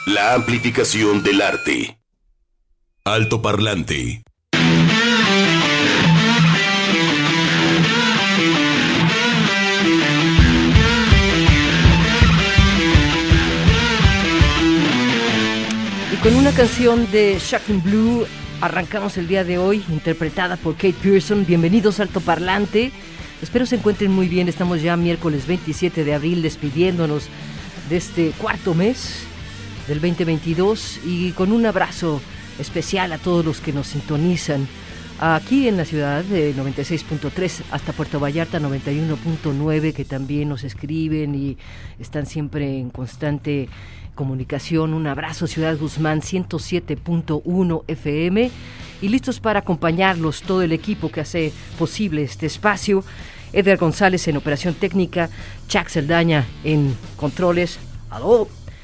La amplificación del arte. Altoparlante. Y con una canción de Shocking Blue arrancamos el día de hoy, interpretada por Kate Pierson. Bienvenidos a Altoparlante. Espero se encuentren muy bien. Estamos ya miércoles 27 de abril despidiéndonos de este cuarto mes del 2022 y con un abrazo especial a todos los que nos sintonizan aquí en la ciudad de 96.3 hasta Puerto Vallarta 91.9, que también nos escriben y están siempre en constante comunicación. Un abrazo Ciudad Guzmán 107.1 FM y listos para acompañarlos todo el equipo que hace posible este espacio. Edgar González en operación técnica, Chuck Saldaña en controles. ¡Aló!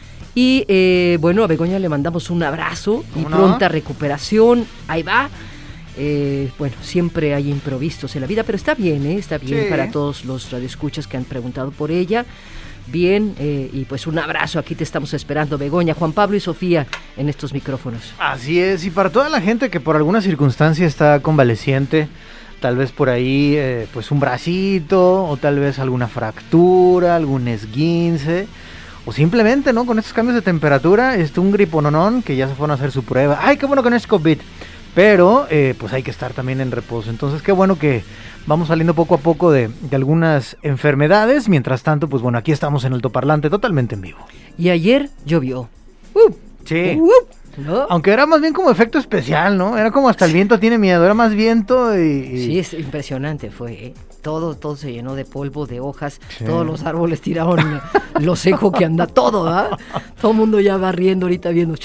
Y bueno, a Begoña le mandamos un abrazo y pronta recuperación. Ahí va. Bueno, siempre hay imprevistos en la vida, pero está bien, está bien, sí, para todos los radioescuchas que han preguntado por ella. Bien, y pues un abrazo, aquí te estamos esperando, Begoña, Juan Pablo y Sofía en estos micrófonos. Así es, y para toda la gente que por alguna circunstancia está convaleciente, tal vez por ahí pues un bracito, o tal vez alguna fractura, algún esguince, o simplemente, ¿no?, con estos cambios de temperatura, un gripononón que ya se fueron a hacer su prueba. ¡Ay, qué bueno que no es COVID! Pero pues hay que estar también en reposo. Entonces qué bueno que vamos saliendo poco a poco de algunas enfermedades. Mientras tanto, pues bueno, aquí estamos en Altoparlante totalmente en vivo. Y ayer llovió. Sí. ¿No? Aunque era más bien como efecto especial, ¿no? Era como hasta el viento tiene miedo, era más viento y... Sí, es impresionante fue, Todo se llenó de polvo, de hojas, sí. Todos los árboles tiraron lo seco que anda, todo, ¿verdad? Todo el mundo ya barriendo ahorita viendo...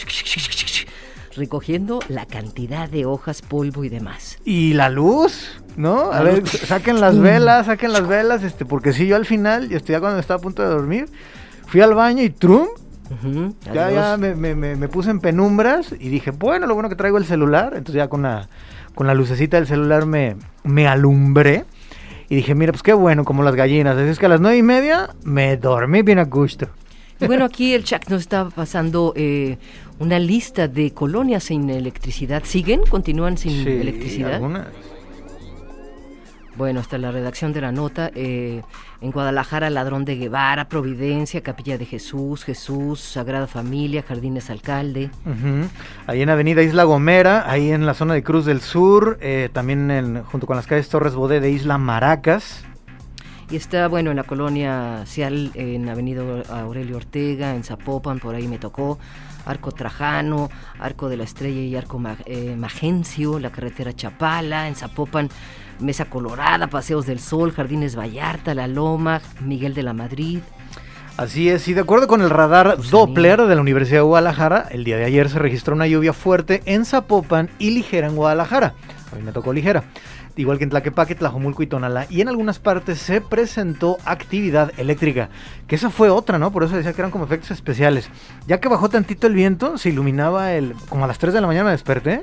recogiendo la cantidad de hojas, polvo y demás. Y la luz, ¿no? A ver, saquen las velas, porque si yo al final, ya cuando estaba a punto de dormir, fui al baño y ¡trum! Ya me puse en penumbras y dije, bueno, lo bueno que traigo el celular, entonces ya con la lucecita del celular me alumbré y dije, mira, pues qué bueno, como las gallinas, así es que a las 9:30 me dormí bien a gusto. Y bueno, aquí el Chuck nos estaba pasando una lista de colonias sin electricidad. ¿Continúan sin electricidad? Algunas. Bueno, hasta la redacción de la nota, en Guadalajara, Ladrón de Guevara, Providencia, Capilla de Jesús, Sagrada Familia, Jardines Alcalde. Ahí en Avenida Isla Gomera, ahí en la zona de Cruz del Sur, también junto con las calles Torres Bodé de Isla Maracas. Y está, bueno, en la colonia Cial, en Avenida Aurelio Ortega, en Zapopan, por ahí me tocó, Arco Trajano, Arco de la Estrella y Arco Magencio, la carretera Chapala, en Zapopan, Mesa Colorada, Paseos del Sol, Jardines Vallarta, La Loma, Miguel de la Madrid. Así es, y de acuerdo con el radar Doppler de la Universidad de Guadalajara, el día de ayer se registró una lluvia fuerte en Zapopan y ligera en Guadalajara. A mí me tocó ligera. Igual que en Tlaquepaque, Tlajomulco y Tonalá, y en algunas partes se presentó actividad eléctrica, que esa fue otra, ¿no? Por eso decía que eran como efectos especiales. Ya que bajó tantito el viento, se iluminaba como a las 3 de la mañana me desperté,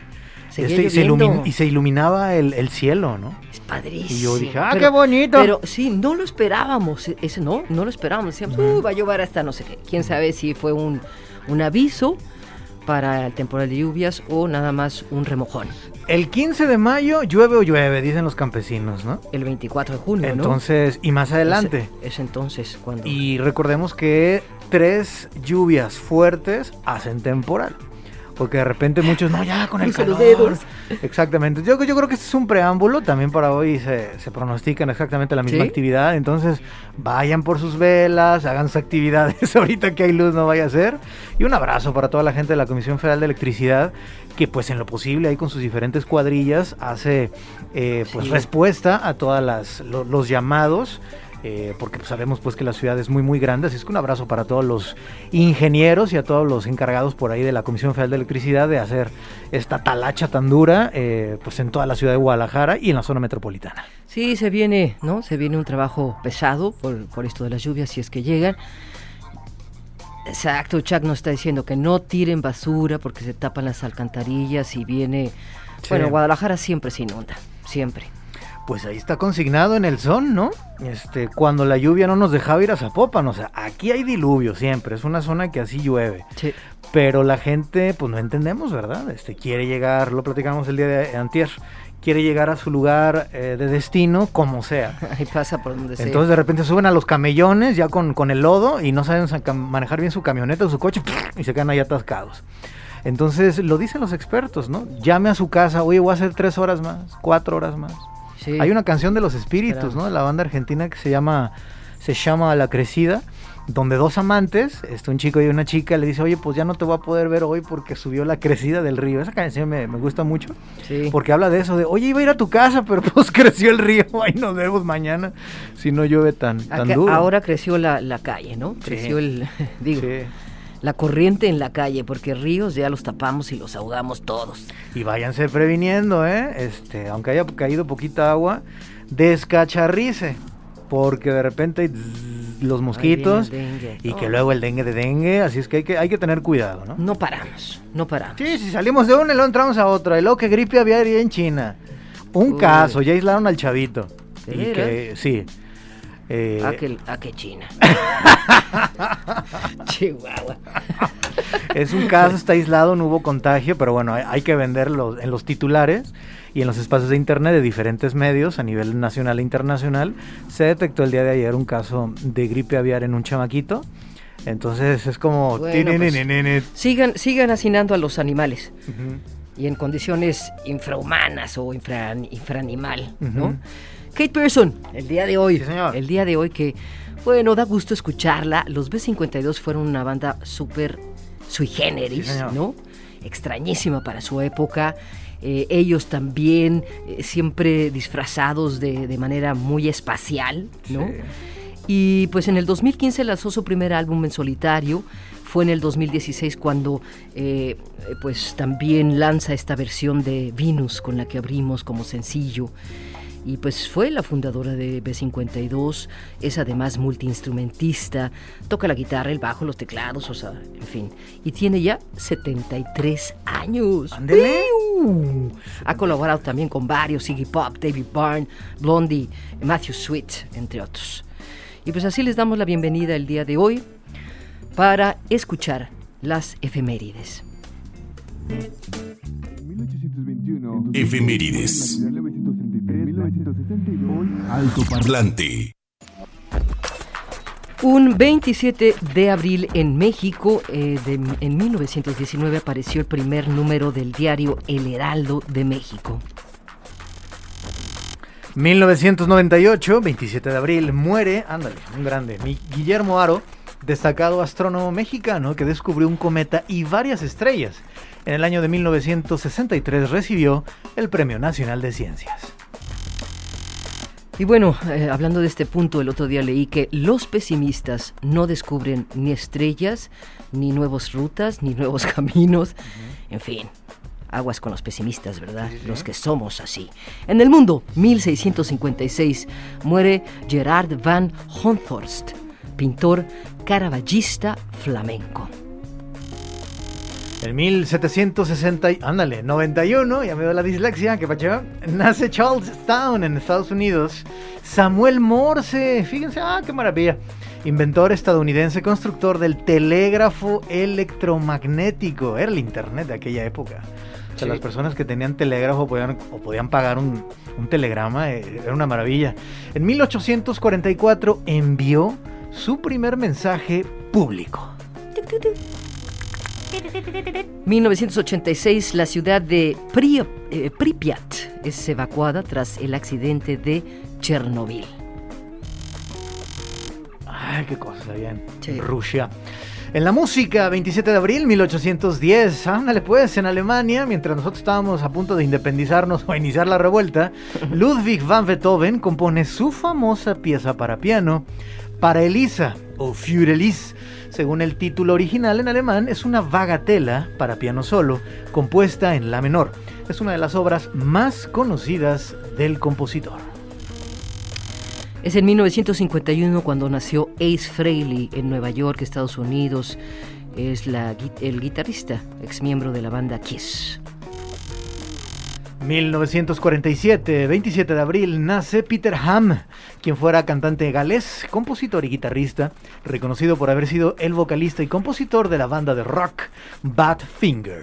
y se iluminaba el cielo, ¿no? Es padrísimo. Y yo dije, qué bonito. Pero sí, no lo esperábamos, no lo esperábamos, decíamos, va a llover hasta no sé qué, quién sabe si fue un aviso para el temporal de lluvias o nada más un remojón. El 15 de mayo llueve o llueve, dicen los campesinos, ¿no? El 24 de junio, entonces, ¿no? Y más adelante. Es entonces cuando... Y recordemos que 3 lluvias fuertes hacen temporal. Porque de repente muchos, no, ya con el calor. Los dedos. Exactamente. Yo creo que este es un preámbulo. También para hoy se pronostican exactamente la misma actividad. Entonces, vayan por sus velas, hagan sus actividades. Ahorita que hay luz no vaya a ser. Y un abrazo para toda la gente de la Comisión Federal de Electricidad, que pues en lo posible ahí con sus diferentes cuadrillas hace respuesta a todas los llamados. Porque pues, sabemos pues que la ciudad es muy muy grande, así es que un abrazo para todos los ingenieros y a todos los encargados por ahí de la Comisión Federal de Electricidad de hacer esta talacha tan dura pues en toda la ciudad de Guadalajara y en la zona metropolitana. Sí, se viene un trabajo pesado por esto de las lluvias si es que llegan. Exacto, Chuck nos está diciendo que no tiren basura porque se tapan las alcantarillas y viene... Sí. Bueno, Guadalajara siempre se inunda, siempre. pues ahí está consignado en el son, ¿no? Cuando la lluvia no nos dejaba ir a Zapopan, o sea, aquí hay diluvio siempre, es una zona que así llueve. Sí. Pero la gente, pues no entendemos, ¿verdad? Quiere llegar, lo platicamos el día de antier, quiere llegar a su lugar de destino como sea. Ahí pasa por donde sea. Entonces de repente suben a los camellones ya con el lodo y no saben manejar bien su camioneta o su coche y se quedan ahí atascados. Entonces lo dicen los expertos, ¿no? Llame a su casa, oye, voy a hacer 3 horas más, 4 horas más. Sí. Hay una canción de Los Espíritus, ¿no? De la banda argentina que se llama La Crecida, donde 2 amantes, un chico y una chica, le dice, oye, pues ya no te voy a poder ver hoy porque subió la crecida del río. Esa canción me gusta mucho, sí, porque habla de eso, de, oye, iba a ir a tu casa, pero pues creció el río, ahí nos vemos mañana, si no llueve tan duro. Ahora creció la calle, ¿no? Creció sí. La corriente en la calle, porque ríos ya los tapamos y los ahogamos todos. Y váyanse previniendo, aunque haya caído poquita agua, descacharrice, porque de repente hay los mosquitos y que luego el dengue, así es que hay que tener cuidado, ¿no? No paramos. Sí, si salimos de una y luego entramos a otra, y luego que gripe aviar en China. Un caso, ya aislaron al chavito. Y que, sí. ¿A qué China? Chihuahua. Es un caso, está aislado, no hubo contagio, pero bueno, hay que venderlo en los titulares y en los espacios de internet de diferentes medios a nivel nacional e internacional. Se detectó el día de ayer un caso de gripe aviar en un chamaquito. Entonces es como... Bueno, pues, sigan hacinando a los animales. Uh-huh. Y en condiciones infrahumanas o infraanimal, ¿no? Uh-huh. Kate Pierson, el día de hoy. Sí, señor. El día de hoy que, bueno, da gusto escucharla. Los B-52 fueron una banda súper sui generis, sí, ¿no? Extrañísima para su época. Ellos también, siempre disfrazados de manera muy espacial, ¿no? Sí. Y pues en el 2015 lanzó su primer álbum en solitario. Fue en el 2016 cuando pues también lanza esta versión de Venus con la que abrimos como sencillo. Y pues fue la fundadora de B-52, es además multiinstrumentista, toca la guitarra, el bajo, los teclados, o sea, en fin. Y tiene ya 73 años. ¡Ándele! Ha colaborado también con varios, Iggy Pop, David Byrne, Blondie, Matthew Sweet, entre otros. Y pues así les damos la bienvenida el día de hoy para escuchar las efemérides. Efemérides. Altoparlante. Un 27 de abril en México, en 1919, apareció el primer número del diario El Heraldo de México. 1998, 27 de abril, muere, un grande, Guillermo Haro, destacado astrónomo mexicano que descubrió un cometa y varias estrellas. En el año de 1963 recibió el Premio Nacional de Ciencias. Y bueno, hablando de este punto, el otro día leí que los pesimistas no descubren ni estrellas, ni nuevas rutas, ni nuevos caminos, en fin. Aguas con los pesimistas, ¿verdad? Sí. Los que somos así. En el mundo, 1656, muere Gerard van Honthorst, pintor caravallista flamenco. En 91, ya me dio la dislexia, que pacho, nace Charlestown, en Estados Unidos, Samuel Morse, fíjense, qué maravilla, inventor estadounidense, constructor del telégrafo electromagnético, era el internet de aquella época. O sea, sí. Las personas que tenían telégrafo podían pagar un telegrama, era una maravilla. En 1844 envió su primer mensaje público. 1986, la ciudad de Pripyat es evacuada tras el accidente de Chernobyl. Ay, qué cosas había en Rusia. En la música, 27 de abril, 1810, ándale pues, en Alemania, mientras nosotros estábamos a punto de independizarnos o iniciar la revuelta, Ludwig van Beethoven compone su famosa pieza para piano, Para Elisa, o Für Elise. Según el título original en alemán, es una bagatela para piano solo, compuesta en la menor. Es una de las obras más conocidas del compositor. Es en 1951 cuando nació Ace Frehley en Nueva York, Estados Unidos. Es el guitarrista, exmiembro de la banda Kiss. 1947, 27 de abril, nace Peter Ham, quien fuera cantante galés, compositor y guitarrista, reconocido por haber sido el vocalista y compositor de la banda de rock Badfinger.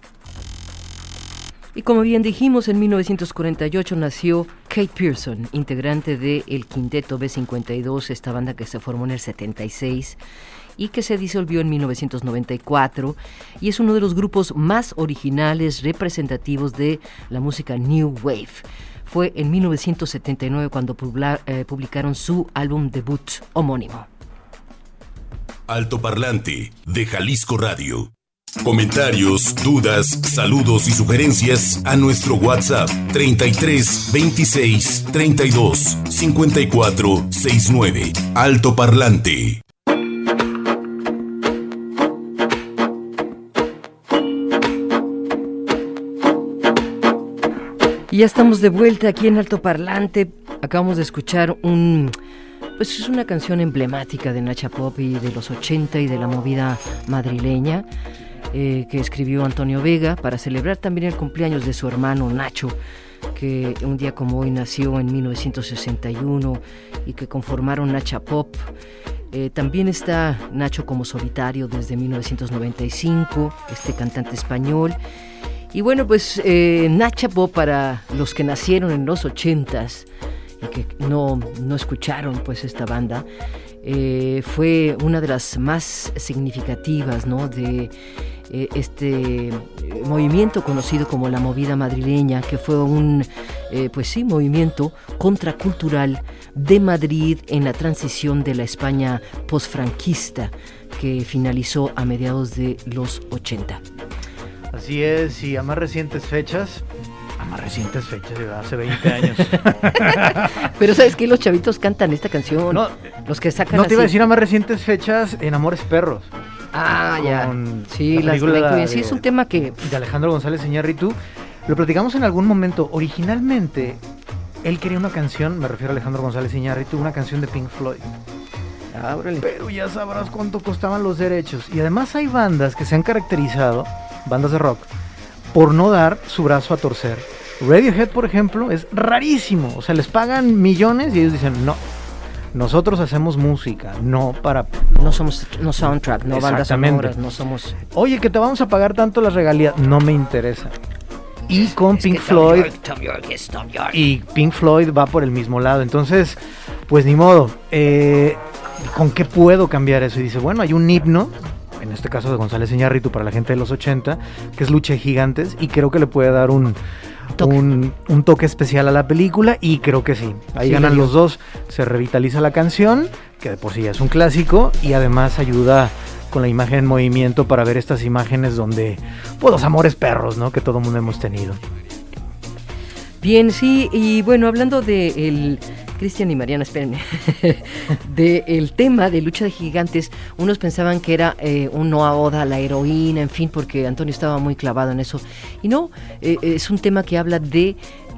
Y como bien dijimos, en 1948 nació Kate Pierson, integrante del Quinteto B52, esta banda que se formó en el 76 y que se disolvió en 1994, y es uno de los grupos más originales, representativos de la música New Wave. Fue en 1979 cuando publicaron su álbum debut homónimo. Altoparlante de Jalisco Radio. Comentarios, dudas, saludos y sugerencias a nuestro WhatsApp 33 26 32 54 69. Altoparlante. Y ya estamos de vuelta aquí en Altoparlante. Acabamos de escuchar pues es una canción emblemática de Nacha Pop y de los 80 y de la movida madrileña, que escribió Antonio Vega para celebrar también el cumpleaños de su hermano Nacho, que un día como hoy nació en 1961 y que conformaron Nacha Pop. También está Nacho como solitario desde 1995, este cantante español. Y bueno, pues Nacha Pop, para los que nacieron en los 80s y que no escucharon pues esta banda, fue una de las más significativas, ¿no?, de este movimiento conocido como la movida madrileña, que fue un movimiento contracultural de Madrid en la transición de la España posfranquista que finalizó a mediados de los 80. Así es, y a más recientes fechas, hace 20 años. Pero ¿sabes qué? Los chavitos cantan esta canción, no, los que sacan no te así. iba a decir a más recientes fechas, en Amores Perros. Ya. Sí, sí, es un tema que... De Alejandro González Iñárritu. Lo platicamos en algún momento. Originalmente, él quería una canción, me refiero a Alejandro González Iñárritu, una canción de Pink Floyd. Pero ya sabrás cuánto costaban los derechos. Y además hay bandas que se han caracterizado, bandas de rock, por no dar su brazo a torcer. Radiohead, por ejemplo, es rarísimo. O sea, les pagan millones y ellos dicen, no, nosotros hacemos música, no para... No somos soundtrack, no bandas sonoras, no somos... Oye, que te vamos a pagar tanto las regalías, no me interesa. Y con Pink Floyd... Tom York. Y Pink Floyd va por el mismo lado. Entonces, pues ni modo. ¿Con qué puedo cambiar eso? Y dice, bueno, hay un himno, en este caso de González Iñárritu, para la gente de los 80, que es Lucha de Gigantes, y creo que le puede dar un toque especial a la película, y creo que sí. Ahí ganan los dos, se revitaliza la canción, que de por sí ya es un clásico, y además ayuda con la imagen en movimiento para ver estas imágenes donde, pues, los amores perros, ¿no?, que todo mundo hemos tenido. Bien, sí, y bueno, hablando de Cristian y Mariana, espérenme, del tema de Lucha de Gigantes, unos pensaban que era una oda a la heroína, en fin, porque Antonio estaba muy clavado en eso, y no, es un tema que habla de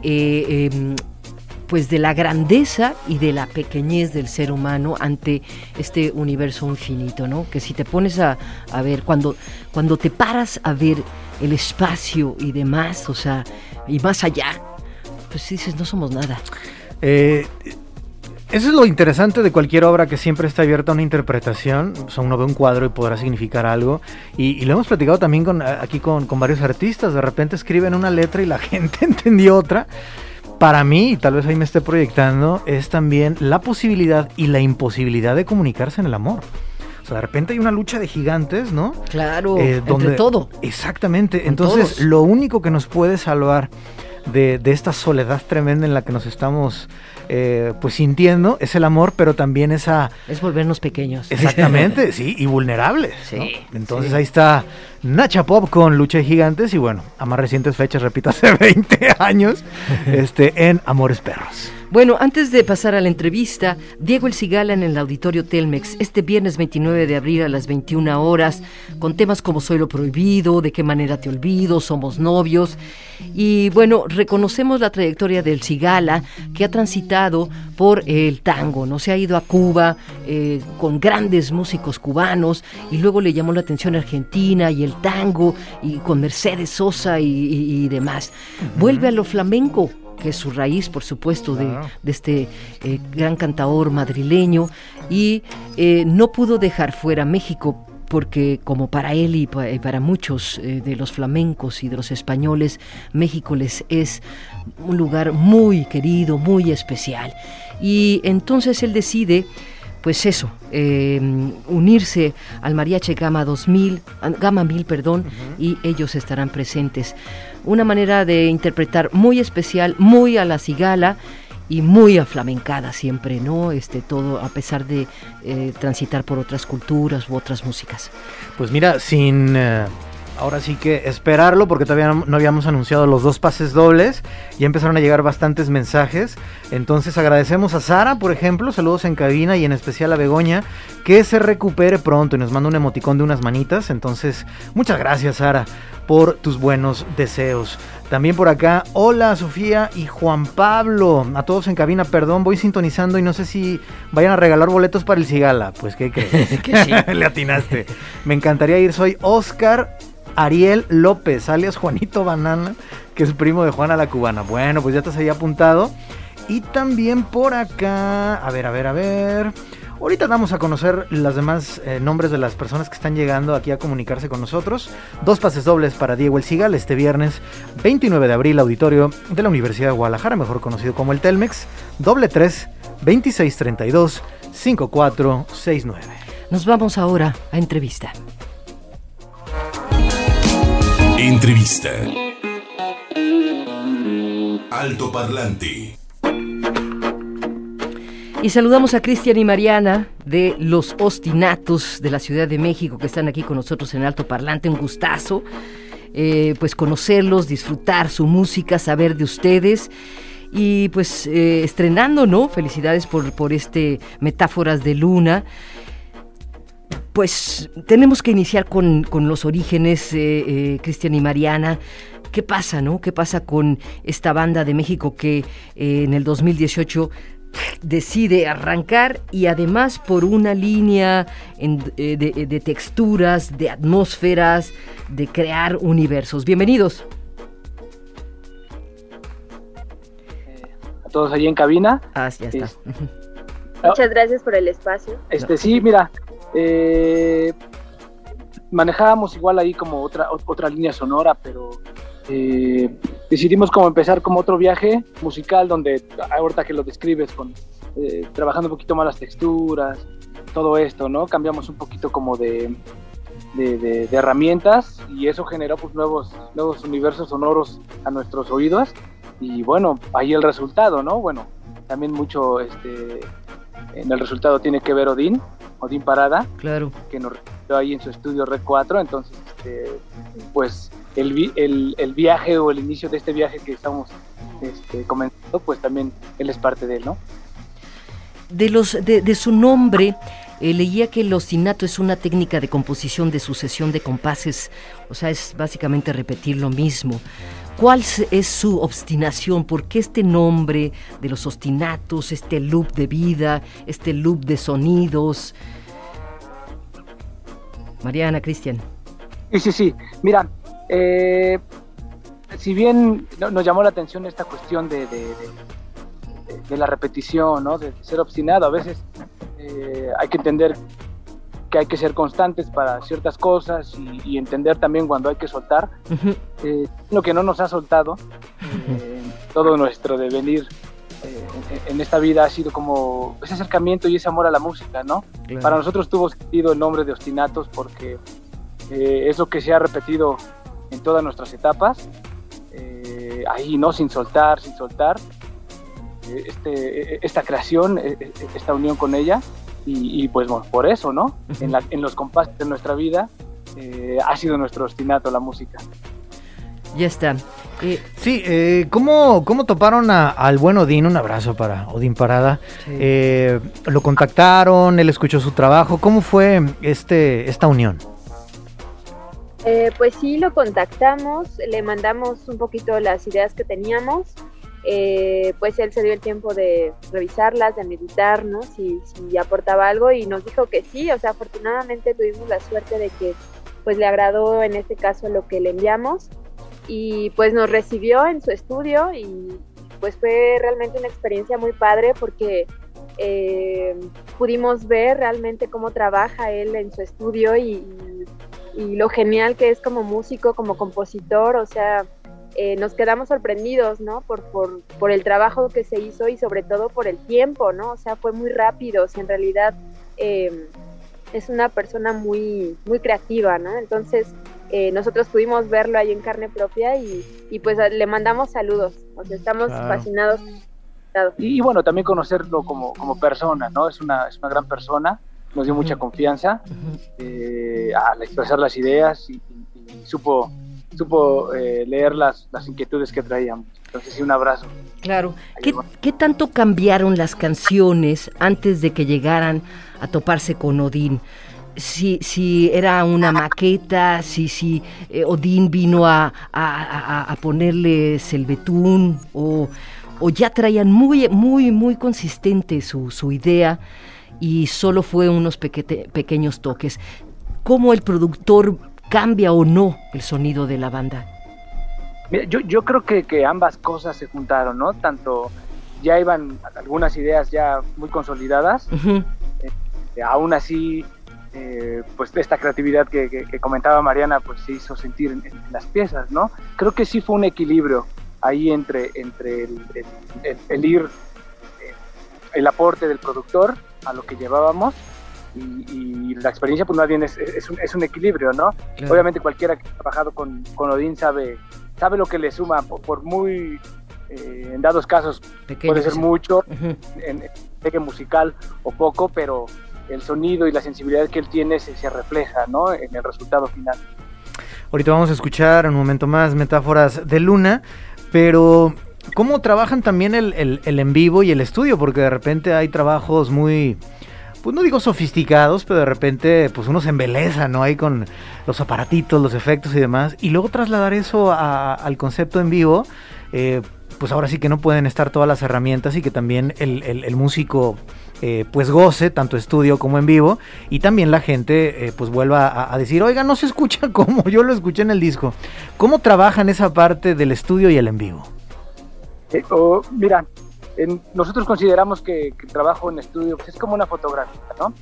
pues de la grandeza y de la pequeñez del ser humano ante este universo infinito, ¿no? Que si te pones a ver, cuando te paras a ver el espacio y demás, o sea, y más allá, pues dices, no somos nada. Eso es lo interesante de cualquier obra, que siempre está abierta a una interpretación. O sea, uno ve un cuadro y podrá significar algo. Y lo hemos platicado también aquí con varios artistas. De repente escriben una letra y la gente entendió otra. Para mí, y tal vez ahí me esté proyectando, es también la posibilidad y la imposibilidad de comunicarse en el amor. O sea, de repente hay una lucha de gigantes, ¿no? Claro, entre todo. Exactamente. Entonces, lo único que nos puede salvar de esta soledad tremenda en la que nos estamos pues sintiendo es el amor, pero también es volvernos pequeños. Exactamente, sí, y vulnerables, sí, ¿no? Entonces ahí está Nacha Pop con Lucha de Gigantes, y bueno, a más recientes fechas, repito, hace 20 años, en Amores Perros. Bueno, antes de pasar a la entrevista, Diego El Cigala en el Auditorio Telmex, este viernes 29 de abril a las 21 horas, con temas como Soy lo prohibido, De qué manera te olvido, Somos novios. Y bueno, reconocemos la trayectoria del Cigala, que ha transitado por el tango, ¿no? Se ha ido a Cuba con grandes músicos cubanos, y luego le llamó la atención Argentina y el tango, y con Mercedes Sosa y demás. Vuelve a lo flamenco, que es su raíz, por supuesto, de este gran cantaor madrileño, y no pudo dejar fuera México, porque como para él y para muchos de los flamencos y de los españoles, México les es un lugar muy querido, muy especial. Y entonces él decide, pues eso, unirse al Mariachi Gama 1000, y ellos estarán presentes. Una manera de interpretar muy especial, muy a la Cigala y muy aflamencada siempre, ¿no? Todo a pesar de transitar por otras culturas u otras músicas. Pues mira, sin ahora sí que esperarlo, porque todavía no habíamos anunciado los 2 pases dobles, ya empezaron a llegar bastantes mensajes. Entonces agradecemos a Sara, por ejemplo, saludos en cabina, y en especial a Begoña, que se recupere pronto, y nos manda un emoticón de unas manitas. Entonces, muchas gracias, Sara, por tus buenos deseos. También por acá, hola Sofía y Juan Pablo, a todos en cabina, perdón, voy sintonizando y no sé si vayan a regalar boletos para el Cigala. Pues, ¿qué crees? Que sí. Le atinaste. Me encantaría ir, soy Oscar Ariel López, alias Juanito Banana, que es primo de Juana la Cubana. Bueno, pues ya estás ahí apuntado. Y también por acá, a ver. Ahorita vamos a conocer los demás nombres de las personas que están llegando aquí a comunicarse con nosotros. 2 pases dobles para Diego El Cigala este viernes 29 de abril, auditorio de la Universidad de Guadalajara, mejor conocido como el Telmex, doble 3 2632 5469. Nos vamos ahora a entrevista. Entrevista. Alto Parlante. Y saludamos a Cristian y Mariana de Los Ostinatos de la Ciudad de México, que están aquí con nosotros en Alto Parlante. Un gustazo, pues conocerlos, disfrutar su música, saber de ustedes. Y pues estrenando, ¿no? Felicidades por Metáforas de Luna. Pues tenemos que iniciar con los orígenes, Cristian y Mariana. ¿Qué pasa, no? ¿Qué pasa con esta banda de México que en el 2018 decide arrancar, y además por una línea de texturas, de atmósferas, de crear universos? Bienvenidos. A todos allí en cabina. Ya está. Muchas gracias por el espacio. Sí, mira, manejábamos igual ahí como otra línea sonora, pero decidimos como empezar como otro viaje musical, donde ahorita que lo describes, trabajando un poquito más las texturas, todo esto, ¿no? Cambiamos un poquito como de herramientas, y eso generó pues nuevos universos sonoros a nuestros oídos. Y bueno, ahí el resultado, ¿no? Bueno, también mucho en el resultado tiene que ver Odín Parada, claro, que nos recibió ahí en su estudio Red 4. Entonces, pues el viaje, o el inicio de este viaje que estamos comenzando, pues también él es parte de él, ¿no? De su nombre, leía que el ostinato es una técnica de composición de sucesión de compases, o sea, es básicamente repetir lo mismo. ¿Cuál es su obstinación? ¿Por qué este nombre de los ostinatos, este loop de vida, este loop de sonidos? Mariana, Cristian. Sí. Mira, si bien nos llamó la atención esta cuestión de la repetición, ¿no? De ser obstinado, a veces hay que entender que hay que ser constantes para ciertas cosas, y entender también cuando hay que soltar. Uh-huh. Lo que no nos ha soltado, todo nuestro devenir en esta vida ha sido como ese acercamiento y ese amor a la música, ¿no? Claro. Para nosotros tuvo sentido el nombre de Ostinatos, porque es lo que se ha repetido en todas nuestras etapas, ahí, ¿no? Sin soltar, esta creación, esta unión con ella. Y pues bueno, por eso, ¿no? En los compases de nuestra vida ha sido nuestro ostinato la música. Ya está. ¿Cómo toparon al buen Odín? Un abrazo para Odín Parada. Sí. ¿Lo contactaron? ¿Él escuchó su trabajo? ¿Cómo fue esta unión? Pues sí, lo contactamos, le mandamos un poquito las ideas que teníamos, pues él se dio el tiempo de revisarlas, de meditar, ¿no? Si aportaba algo y nos dijo que sí, o sea, afortunadamente tuvimos la suerte de que pues le agradó en este caso lo que le enviamos y pues nos recibió en su estudio y pues fue realmente una experiencia muy padre porque pudimos ver realmente cómo trabaja él en su estudio y lo genial que es como músico, como compositor, o sea, nos quedamos sorprendidos, ¿no? Por el trabajo que se hizo y sobre todo por el tiempo, ¿no? O sea, fue muy rápido, o sea, en realidad es una persona muy, muy creativa, ¿no? Entonces, nosotros pudimos verlo ahí en carne propia y pues le mandamos saludos, o sea, estamos fascinados. Y bueno, también conocerlo como persona, ¿no? Es una gran persona, nos dio mucha confianza al expresar las ideas y supo leer las inquietudes que traíamos. Entonces sí, un abrazo. Claro. ¿Qué tanto cambiaron las canciones antes de que llegaran a toparse con Odín? Si era una maqueta, si Odín vino a ponerles el betún o ya traían muy, muy, muy consistente su idea y solo fue unos pequeños toques. ¿Cómo el productor cambia o no el sonido de la banda? Mira, yo creo que ambas cosas se juntaron, ¿no? Tanto ya iban algunas ideas ya muy consolidadas, aún así, pues esta creatividad que comentaba Mariana, pues se hizo sentir en las piezas, ¿no? Creo que sí fue un equilibrio ahí entre el aporte del productor a lo que llevábamos y la experiencia, pues más bien es un equilibrio, ¿no? Claro. Obviamente cualquiera que ha trabajado con Odín sabe lo que le suma, por muy en dados casos pequeño, puede ser mucho en pegue musical o poco, pero el sonido y la sensibilidad que él tiene se refleja, ¿no? En el resultado final. Ahorita vamos a escuchar en un momento más Metáforas de Luna, pero ¿cómo trabajan también el en vivo y el estudio? Porque de repente hay trabajos muy, pues no digo sofisticados, pero de repente pues uno se embeleza, ¿no? Ahí con los aparatitos, los efectos y demás, y luego trasladar eso al concepto en vivo, pues ahora sí que no pueden estar todas las herramientas y que también el músico pues goce tanto estudio como en vivo, y también la gente pues vuelva a decir, oiga, no se escucha como yo lo escuché en el disco. ¿Cómo trabajan esa parte del estudio y el en vivo? Mira, nosotros consideramos que el trabajo en estudio pues, es como una fotografía, ¿no?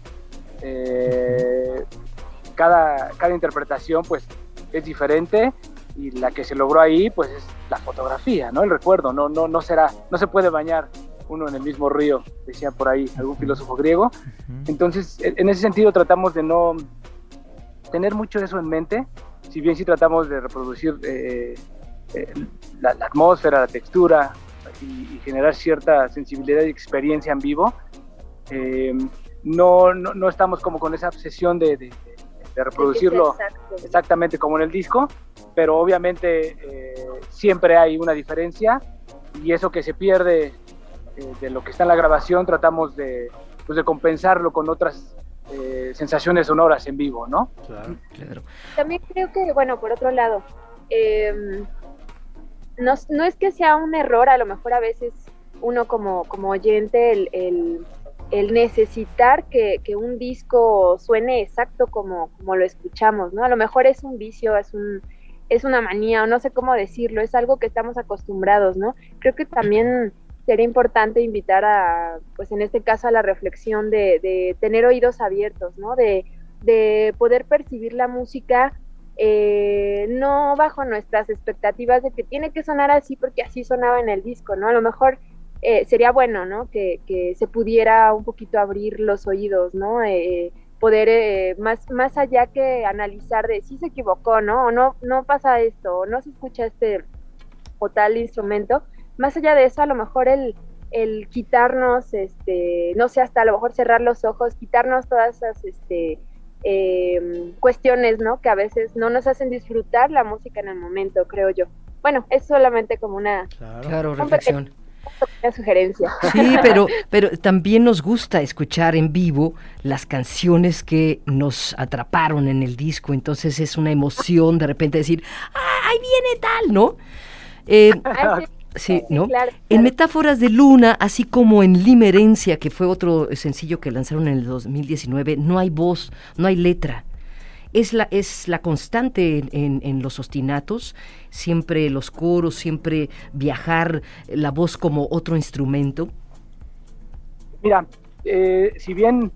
Cada interpretación pues es diferente y la que se logró ahí pues es la fotografía, ¿no? El recuerdo, no se puede bañar uno en el mismo río, decía por ahí algún filósofo griego. Entonces, en ese sentido tratamos de no tener mucho eso en mente, si bien sí tratamos de reproducir la atmósfera, la textura y generar cierta sensibilidad y experiencia en vivo. No estamos como con esa obsesión de reproducirlo exactamente como en el disco, pero obviamente siempre hay una diferencia y eso que se pierde de lo que está en la grabación tratamos de compensarlo con otras sensaciones sonoras en vivo, ¿no? Claro. También creo que, bueno, por otro lado, no es que sea un error, a lo mejor a veces uno como oyente el necesitar que un disco suene exacto como lo escuchamos, ¿no? A lo mejor es un vicio, es una manía, o no sé cómo decirlo, es algo que estamos acostumbrados, ¿no? Creo que también sería importante invitar pues en este caso a la reflexión de tener oídos abiertos, ¿no? De poder percibir la música no bajo nuestras expectativas de que tiene que sonar así porque así sonaba en el disco, ¿no? A lo mejor sería bueno, ¿no? Que se pudiera un poquito abrir los oídos, ¿no? Poder más allá que analizar de si se equivocó, ¿no? O no pasa esto, o no se escucha este o tal instrumento. Más allá de eso, a lo mejor el quitarnos, no sé, hasta a lo mejor cerrar los ojos, quitarnos todas esas cuestiones, ¿no? Que a veces no nos hacen disfrutar la música en el momento, creo yo. bueno, es solamente como una reflexión. Una sugerencia. Sí, pero también nos gusta escuchar en vivo las canciones que nos atraparon en el disco, entonces es una emoción de repente decir, ¡ahí viene tal!, ¿no? Sí, ¿no? Claro. En Metáforas de Luna, así como en Limerencia, que fue otro sencillo que lanzaron en el 2019, no hay voz, no hay letra. Es la constante en los ostinatos, siempre los coros, siempre viajar la voz como otro instrumento. Mira, si bien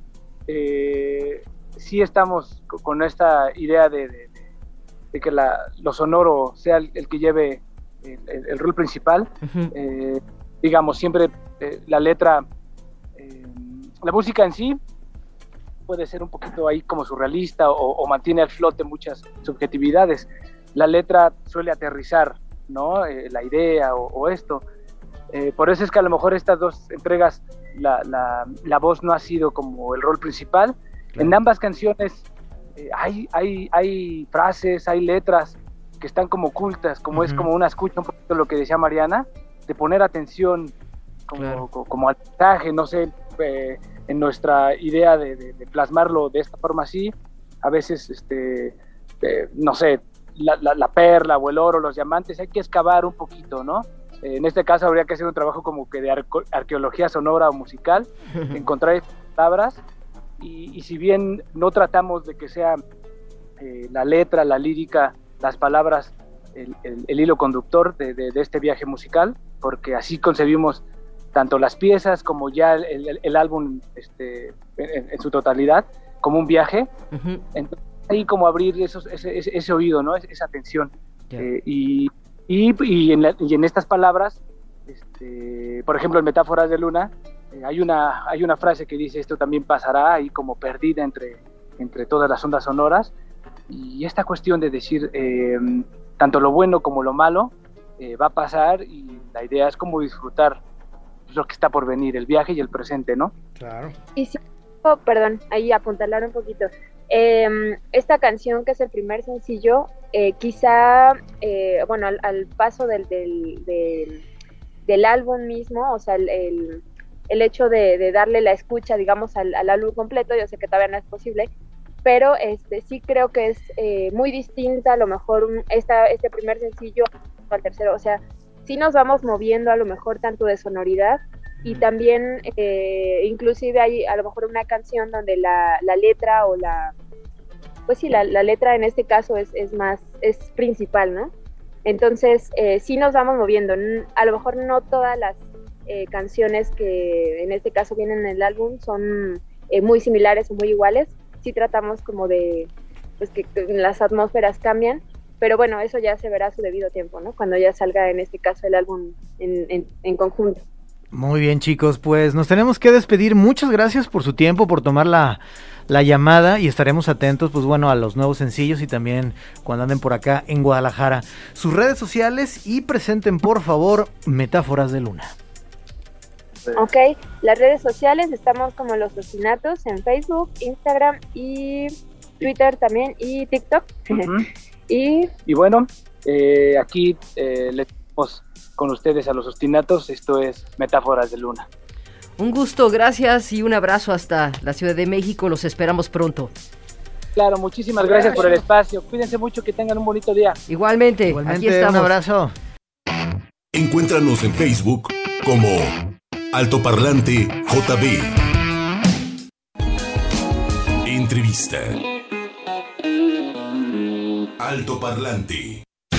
sí estamos con esta idea de que lo sonoro sea el que lleve el rol principal, Uh-huh. digamos, siempre la letra, la música en sí puede ser un poquito ahí como surrealista o mantiene al flote muchas subjetividades. La letra suele aterrizar, ¿no? La idea o esto. Por eso es que a lo mejor estas dos entregas la voz no ha sido como el rol principal. Claro. En ambas canciones hay frases, hay letras que están como ocultas, como uh-huh. Es como una escucha, un poquito lo que decía Mariana, de poner atención como al mensaje, no sé, en nuestra idea de plasmarlo de esta forma así, a veces, no sé, la perla o el oro, los diamantes, hay que excavar un poquito, ¿no? En este caso habría que hacer un trabajo como que de arqueología sonora o musical, encontrar estas palabras, y si bien no tratamos de que sea la letra, la lírica, las palabras, el hilo conductor de este viaje musical, porque así concebimos tanto las piezas como ya el álbum en su totalidad, como un viaje. Uh-huh. Entonces, ahí como abrir ese oído, ¿no? Esa atención. Yeah. Y en estas palabras, por ejemplo, en Metáforas de Luna, hay una frase que dice: esto también pasará, ahí como perdida entre todas las ondas sonoras. Y esta cuestión de decir tanto lo bueno como lo malo va a pasar, y la idea es como disfrutar lo que está por venir, el viaje y el presente, ¿no? Claro. Y si, perdón, ahí apuntalar un poquito. Esta canción, que es el primer sencillo, quizá, bueno, al paso del álbum mismo, o sea, el hecho de darle la escucha, digamos, al álbum completo, yo sé que todavía no es posible, pero sí creo que es muy distinta, a lo mejor, este primer sencillo al tercero, o sea, sí nos vamos moviendo a lo mejor tanto de sonoridad, y también inclusive hay a lo mejor una canción donde la letra o pues sí, la letra en este caso es principal, ¿no? Entonces sí nos vamos moviendo, a lo mejor no todas las canciones que en este caso vienen en el álbum son muy similares o muy iguales, sí tratamos como de pues que las atmósferas cambian, pero bueno, eso ya se verá a su debido tiempo, ¿no? Cuando ya salga en este caso el álbum en conjunto. Muy bien, chicos, pues nos tenemos que despedir. Muchas gracias por su tiempo, por tomar la llamada, y estaremos atentos, pues bueno, a los nuevos sencillos y también cuando anden por acá en Guadalajara. Sus redes sociales, y presenten por favor Metáforas de Luna. Ok, las redes sociales estamos como Los Ostinatos en Facebook, Instagram y Twitter también, y TikTok. Uh-huh. Y bueno, aquí le tenemos con ustedes a Los Ostinatos. Esto es Metáforas de Luna. Un gusto, gracias, y un abrazo hasta la Ciudad de México. Los esperamos pronto. Claro, muchísimas gracias por el espacio. Cuídense mucho, que tengan un bonito día. Igualmente, aquí estamos. Un abrazo. Encuéntranos en Facebook como Altoparlante JB. Entrevista. Altoparlante.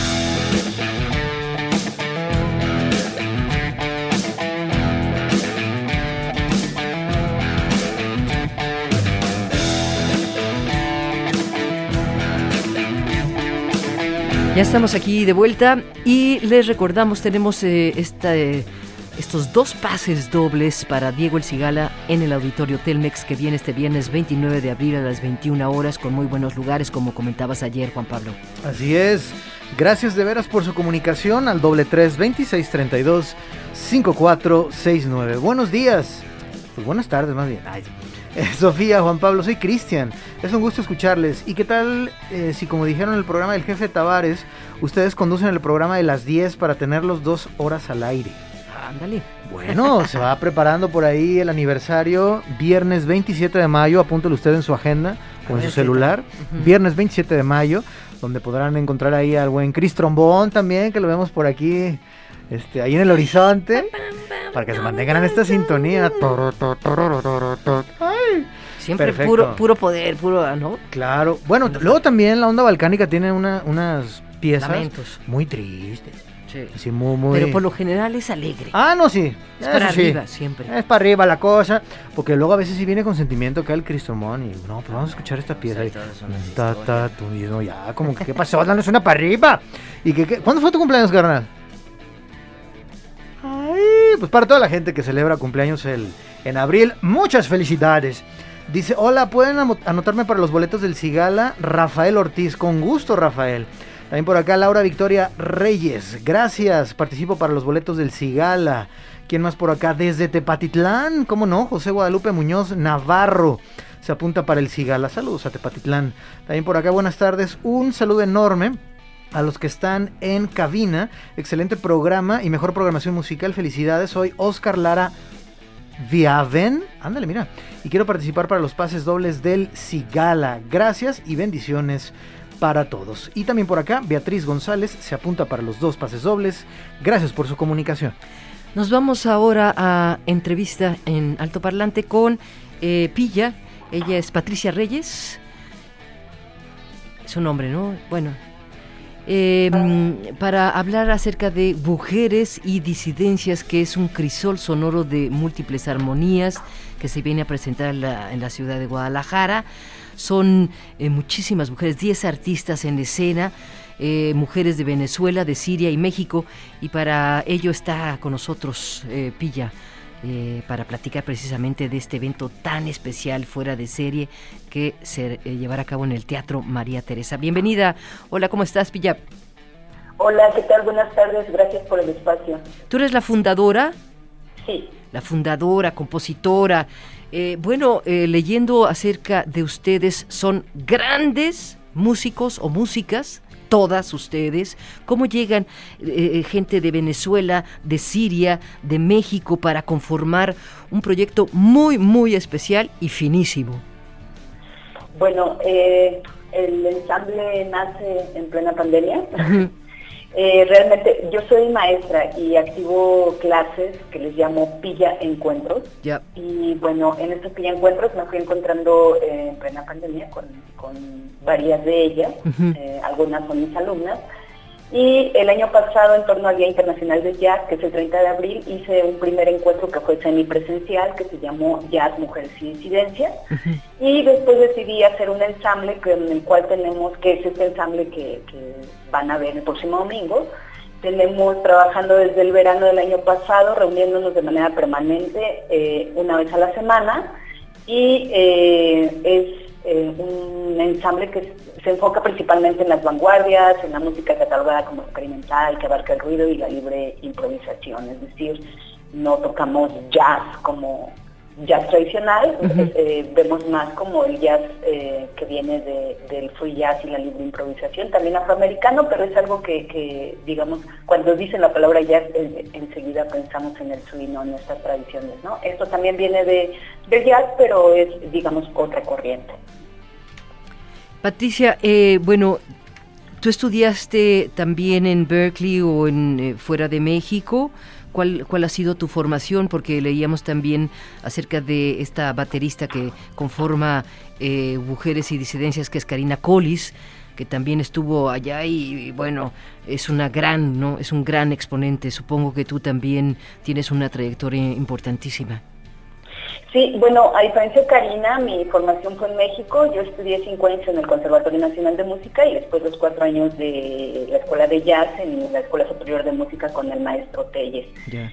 Ya estamos aquí de vuelta y les recordamos, tenemos estos 2 pases dobles para Diego El Cigala en el Auditorio Telmex, que viene este viernes 29 de abril a las 21 horas, con muy buenos lugares, como comentabas ayer, Juan Pablo. Así es. Gracias de veras por su comunicación al 333-2632-5469. Buenos días. Pues buenas tardes, más bien. Ay. Sofía, Juan Pablo, soy Cristian. Es un gusto escucharles. ¿Y qué tal si, como dijeron en el programa del jefe Tavares, ustedes conducen el programa de las 10 para tenerlos 2 horas al aire? Ándale. Bueno, se va preparando por ahí el aniversario, viernes 27 de mayo, apúntelo usted en su agenda o en su celular, viernes 27 de mayo, donde podrán encontrar ahí al buen Chris Trombón también, que lo vemos por aquí, ahí en el horizonte, para que se mantengan en esta sintonía. Ay, siempre perfecto. puro poder, puro, ¿no? Claro. Bueno, luego también la onda balcánica tiene unas piezas Lamentos. muy tristes. Sí. Así muy... Pero por lo general es alegre. Ah, no, sí. Es para Eso arriba, sí. siempre. Es para arriba la cosa. Porque luego a veces sí viene con sentimiento acá el Cristromón. Y no, pues vamos a escuchar esta pieza. Sí, Y, todas son las tú mismo, ya, como que, ¿qué pasó? Danos una para arriba. ¿Y cuándo fue tu cumpleaños, carnal? Ay, pues para toda la gente que celebra cumpleaños en abril, muchas felicidades. Dice, hola, ¿pueden anotarme para los boletos del Cigala? Rafael Ortiz, con gusto, Rafael. También por acá Laura Victoria Reyes, gracias, participo para los boletos del Cigala. ¿Quién más por acá? Desde Tepatitlán, ¿cómo no? José Guadalupe Muñoz Navarro se apunta para el Cigala. Saludos a Tepatitlán. También por acá, buenas tardes, un saludo enorme a los que están en cabina. Excelente programa y mejor programación musical, felicidades. Soy Oscar Lara Viaven, ándale, mira, y quiero participar para los pases dobles del Cigala. Gracias y bendiciones para todos. Y también por acá, Beatriz González se apunta para los 2 pases dobles. Gracias por su comunicación. Nos vamos ahora a entrevista en Alto Parlante con Pilla. Ella es Patricia Reyes. Su nombre, ¿no? Bueno. Para hablar acerca de Mujeres y Disidencias, que es un crisol sonoro de múltiples armonías que se viene a presentar en la ciudad de Guadalajara. Son muchísimas mujeres, 10 artistas en escena, mujeres de Venezuela, de Siria y México, y para ello está con nosotros Pilla, para platicar precisamente de este evento tan especial, fuera de serie, que se llevará a cabo en el Teatro María Teresa. Bienvenida. Hola, ¿cómo estás, Pilla? Hola, ¿qué tal? Buenas tardes, gracias por el espacio. ¿Tú eres la fundadora? Sí. La fundadora, compositora. Leyendo acerca de ustedes, son grandes músicos o músicas, todas ustedes. ¿Cómo llegan gente de Venezuela, de Siria, de México para conformar un proyecto muy, muy especial y finísimo? Bueno, el ensamble nace en plena pandemia. Uh-huh. Realmente yo soy maestra y activo clases que les llamo Pilla Encuentros. Yep. Y bueno, en estos Pilla Encuentros me fui encontrando en plena pandemia con varias de ellas. Uh-huh. Algunas son mis alumnas. Y el año pasado, en torno al Día Internacional del Jazz, que es el 30 de abril, hice un primer encuentro que fue semipresencial, que se llamó Jazz, Mujeres y Disidencias. Uh-huh. Y después decidí hacer un ensamble en el cual tenemos, que es este ensamble que van a ver el próximo domingo. Tenemos trabajando desde el verano del año pasado, reuniéndonos de manera permanente una vez a la semana. Y es un ensamble que se enfoca principalmente en las vanguardias, en la música catalogada como experimental, que abarca el ruido y la libre improvisación. Es decir, no tocamos jazz como jazz tradicional, uh-huh. Vemos más como el jazz que viene del free jazz y la libre improvisación, también afroamericano, pero es algo que digamos, cuando dicen la palabra jazz, enseguida pensamos en el swing, ¿no? En estas tradiciones, ¿no? Esto también viene del jazz, pero es, digamos, otra corriente. Patricia, tú estudiaste también en Berkeley o fuera de México. ¿Cuál ha sido tu formación? Porque leíamos también acerca de esta baterista que conforma Mujeres y Disidencias, que es Karina Collis, que también estuvo allá y bueno, es un gran exponente. Supongo que tú también tienes una trayectoria importantísima. Sí, bueno, a diferencia de Karina, mi formación fue en México. Yo estudié 5 años en el Conservatorio Nacional de Música y después los 4 años de la Escuela de Jazz en la Escuela Superior de Música con el maestro Telles. Yeah.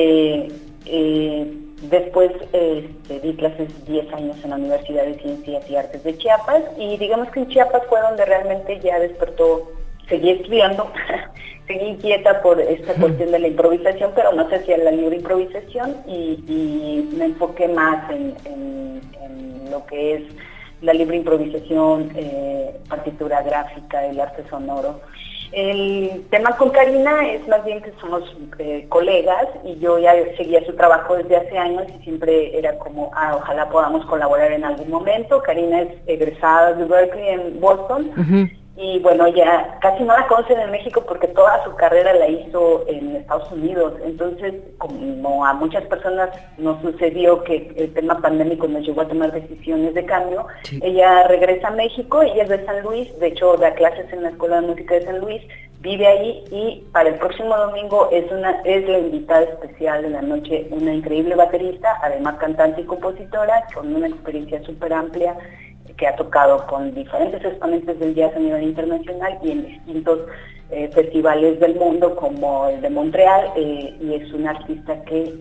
Después di clases 10 años en la Universidad de Ciencias y Artes de Chiapas y digamos que en Chiapas fue donde realmente ya despertó, seguí estudiando seguí inquieta por esta cuestión de la improvisación, pero no sé si la libre improvisación, y me enfoqué más en lo que es la libre improvisación, partitura gráfica, el arte sonoro. El tema con Karina es más bien que somos colegas, y yo ya seguía su trabajo desde hace años y siempre era como, ojalá podamos colaborar en algún momento. Karina es egresada de Berkeley en Boston, y bueno, ya casi no la conocen en México porque toda su carrera la hizo en Estados Unidos. Entonces, como a muchas personas nos sucedió que el tema pandémico nos llevó a tomar decisiones de cambio, ella regresa a México, ella es de San Luis, de hecho da clases en la Escuela de Música de San Luis, vive ahí, y para el próximo domingo es la invitada especial de la noche, una increíble baterista, además cantante y compositora, con una experiencia súper amplia, que ha tocado con diferentes exponentes del jazz a nivel internacional y en distintos festivales del mundo, como el de Montreal, y es una artista que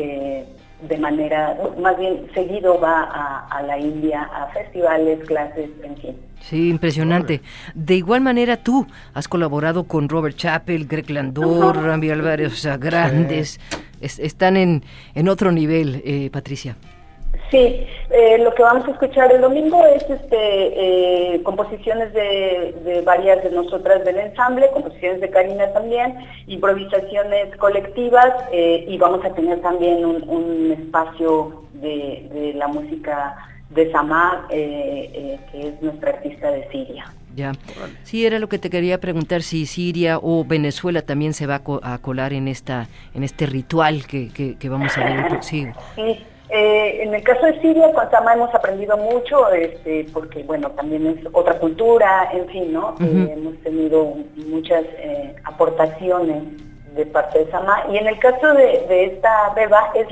de manera, más bien seguido, va a la India a festivales, clases, en fin. Sí, impresionante. De igual manera tú has colaborado con Robert Chappell, Greg Landor, Rambi Álvarez, o sea, grandes, están en otro nivel, Patricia. Sí, lo que vamos a escuchar el domingo es composiciones de varias de nosotras del ensamble, composiciones de Karina también, improvisaciones colectivas, y vamos a tener también un espacio de la música de Samá, que es nuestra artista de Siria. Ya, sí, era lo que te quería preguntar, si Siria o Venezuela también se va a colar en este ritual que vamos a ver el próximo. Sí. En el caso de Siria, con Samá hemos aprendido mucho, porque bueno, también es otra cultura, en fin, ¿no? Hemos tenido muchas aportaciones de parte de Samá, y en el caso de esta Beba es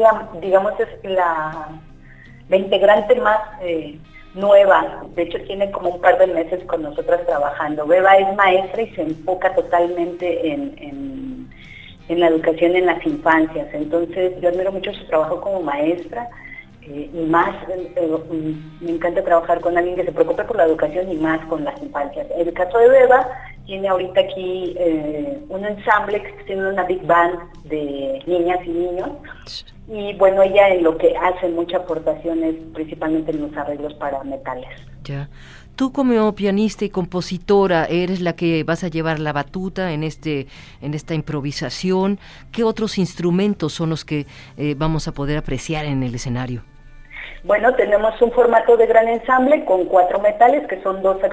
la integrante más nueva. De hecho tiene como un par de meses con nosotras trabajando. Beba es maestra y se enfoca totalmente en la educación en las infancias. Entonces yo admiro mucho su trabajo como maestra, y más me encanta trabajar con alguien que se preocupe por la educación y más con las infancias. En el caso de Beba, tiene ahorita aquí un ensamble que tiene una big band de niñas y niños, y bueno, ella en lo que hace muchas aportaciones, principalmente en los arreglos para metales. Ya. Tú como pianista y compositora eres la que vas a llevar la batuta en esta improvisación. ¿Qué otros instrumentos son los que vamos a poder apreciar en el escenario? Bueno, tenemos un formato de gran ensamble con 4 metales, que son dos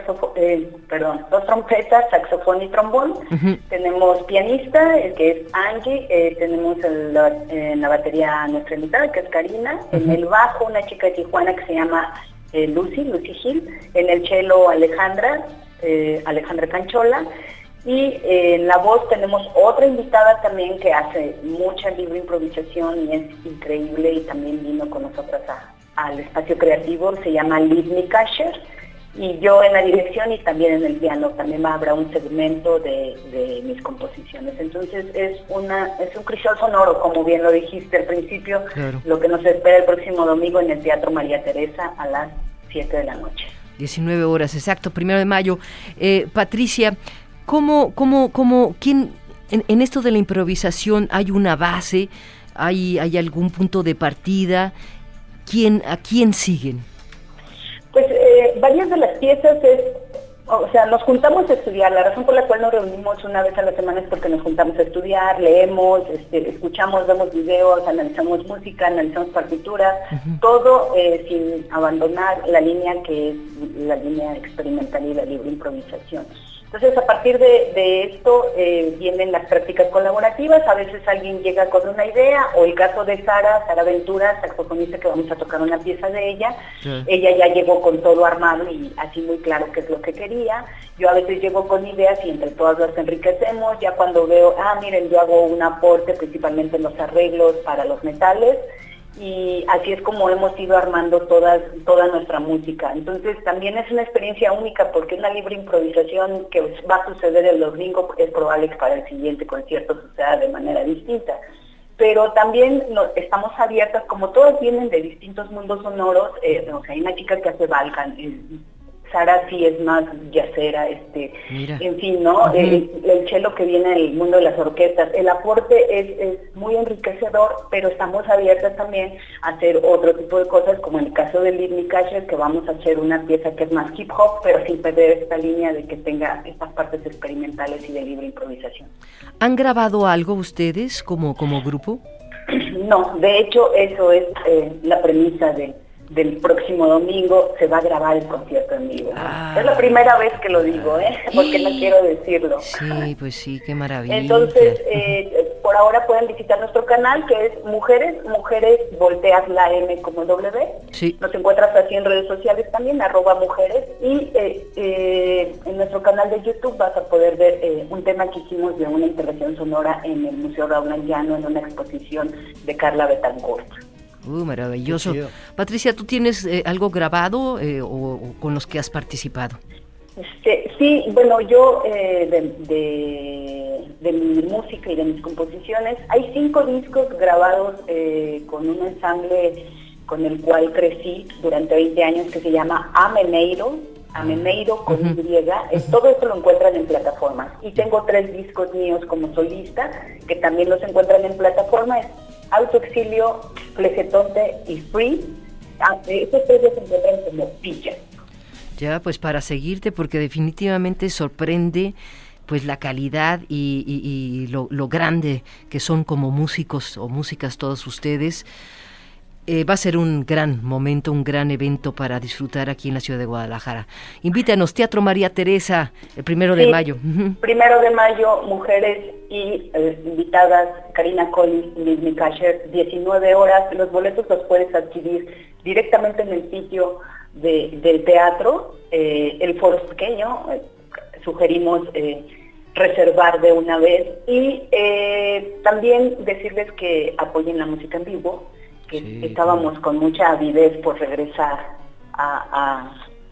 trompetas, saxofón y trombón. Tenemos pianista, que es Angie, tenemos en la batería nuestra invitada, que es Karina, en el bajo una chica de Tijuana que se llama Lucy Gil, en el cello Alejandra Canchola, y en la voz tenemos otra invitada también que hace mucha libre improvisación y es increíble, y también vino con nosotras al espacio creativo, se llama Livni Kasher, y yo en la dirección y también en el piano. También habrá un segmento de mis composiciones. Entonces es un crisol sonoro, como bien lo dijiste al principio, claro. Lo que nos espera el próximo domingo en el Teatro María Teresa a las 7 de la noche. 19 horas, exacto, 1 de mayo. Patricia, ¿quién en esto de la improvisación hay una base, hay algún punto de partida? ¿A quién siguen? Pues varias de las piezas nos juntamos a estudiar. La razón por la cual nos reunimos una vez a la semana es porque nos juntamos a estudiar, leemos, escuchamos, vemos videos, analizamos música, analizamos partituras, todo sin abandonar la línea que es la línea experimental y la libre improvisación. Entonces, a partir de esto vienen las prácticas colaborativas. A veces alguien llega con una idea, o el caso de Sara Ventura, saxofonista, que vamos a tocar una pieza de ella. Sí. Ella ya llegó con todo armado y así muy claro qué es lo que quería. Yo a veces llego con ideas y entre todas las enriquecemos. Ya cuando veo, miren, yo hago un aporte principalmente en los arreglos para los metales. Y así es como hemos ido armando toda nuestra música. Entonces también es una experiencia única, porque una libre improvisación que va a suceder el domingo es probable que para el siguiente concierto suceda de manera distinta. Pero también estamos abiertas, como todos vienen de distintos mundos sonoros. Hay una chica que hace Balkan, Sara sí es más yacera, Mira. en fin, ¿no? El cello que viene del mundo de las orquestas. El aporte es muy enriquecedor, pero estamos abiertas también a hacer otro tipo de cosas, como en el caso de Leave Me Casher, que vamos a hacer una pieza que es más hip hop, pero sin perder esta línea de que tenga estas partes experimentales y de libre improvisación. ¿Han grabado algo ustedes como grupo? No, de hecho eso es la premisa del próximo domingo, se va a grabar el concierto en vivo. Es la primera vez que lo digo, porque no quiero decirlo. Sí, pues sí, qué maravilla. Entonces, por ahora pueden visitar nuestro canal, que es Mujeres, volteas la M como W. Sí. Nos encuentras así en redes sociales también, @mujeres, y en nuestro canal de YouTube vas a poder ver un tema que hicimos de una intervención sonora en el Museo Raúl Anguiano, en una exposición de Carla Betancourt. Maravilloso. Patricia, ¿tú tienes algo grabado o con los que has participado? Sí, bueno, yo de mi música y de mis composiciones, hay 5 discos grabados con un ensamble con el cual crecí durante 20 años que se llama Ameneiro con Y. Todo esto lo encuentran en plataformas. Y tengo 3 discos míos como solista que también los encuentran en plataformas. Autoexilio, Flegetonte y Free. Estos 3 se encuentran como Pilla. Ya, pues para seguirte, porque definitivamente sorprende pues la calidad y lo grande que son como músicos o músicas todos ustedes. Va a ser un gran momento, un gran evento para disfrutar aquí en la ciudad de Guadalajara. Invítanos, Teatro María Teresa, el 1 de mayo. 1 de mayo, mujeres y invitadas, Karina Collins y Leave Me Casher, 19 horas. Los boletos los puedes adquirir directamente en el sitio del teatro. El foro es pequeño, sugerimos reservar de una vez. Y también decirles que apoyen la música en vivo, que sí, estábamos con mucha avidez por regresar a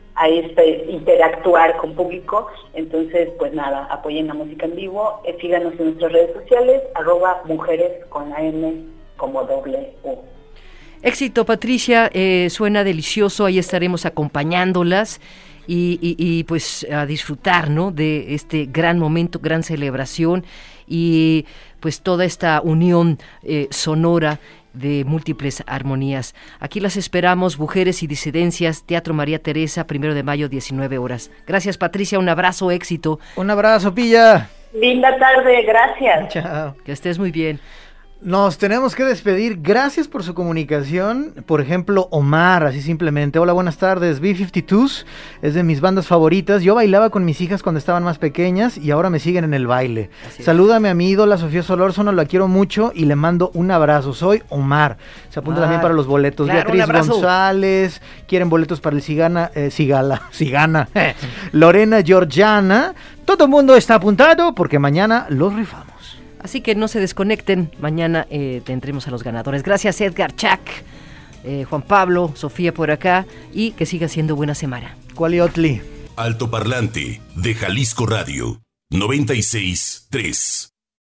interactuar con público. Entonces, pues nada, apoyen la música en vivo, síganos en nuestras redes sociales, @mujeres con la M como W. Éxito, Patricia, suena delicioso, ahí estaremos acompañándolas y pues a disfrutar, ¿no?, de este gran momento, gran celebración y pues toda esta unión sonora de múltiples armonías. Aquí las esperamos, Mujeres y Disidencias, Teatro María Teresa, 1 de mayo, 19 horas. Gracias, Patricia, un abrazo, éxito. Un abrazo, Pilla. Linda tarde, gracias. Chao. Que estés muy bien. Nos tenemos que despedir. Gracias por su comunicación. Por ejemplo, Omar, así simplemente. Hola, buenas tardes. B-52s es de mis bandas favoritas. Yo bailaba con mis hijas cuando estaban más pequeñas y ahora me siguen en el baile. Salúdame a mi ídola Sofía Solórzano, la quiero mucho y le mando un abrazo. Soy Omar. Se apunta también para los boletos. Claro, Beatriz González, quieren boletos para el Cigana. Lorena Georgiana. Todo el mundo está apuntado porque mañana los rifamos. Así que no se desconecten, mañana tendremos a los ganadores. Gracias, Edgar Chac, Juan Pablo, Sofía por acá, y que siga siendo buena semana. Cualiotli. Altoparlante de Jalisco Radio 96.3.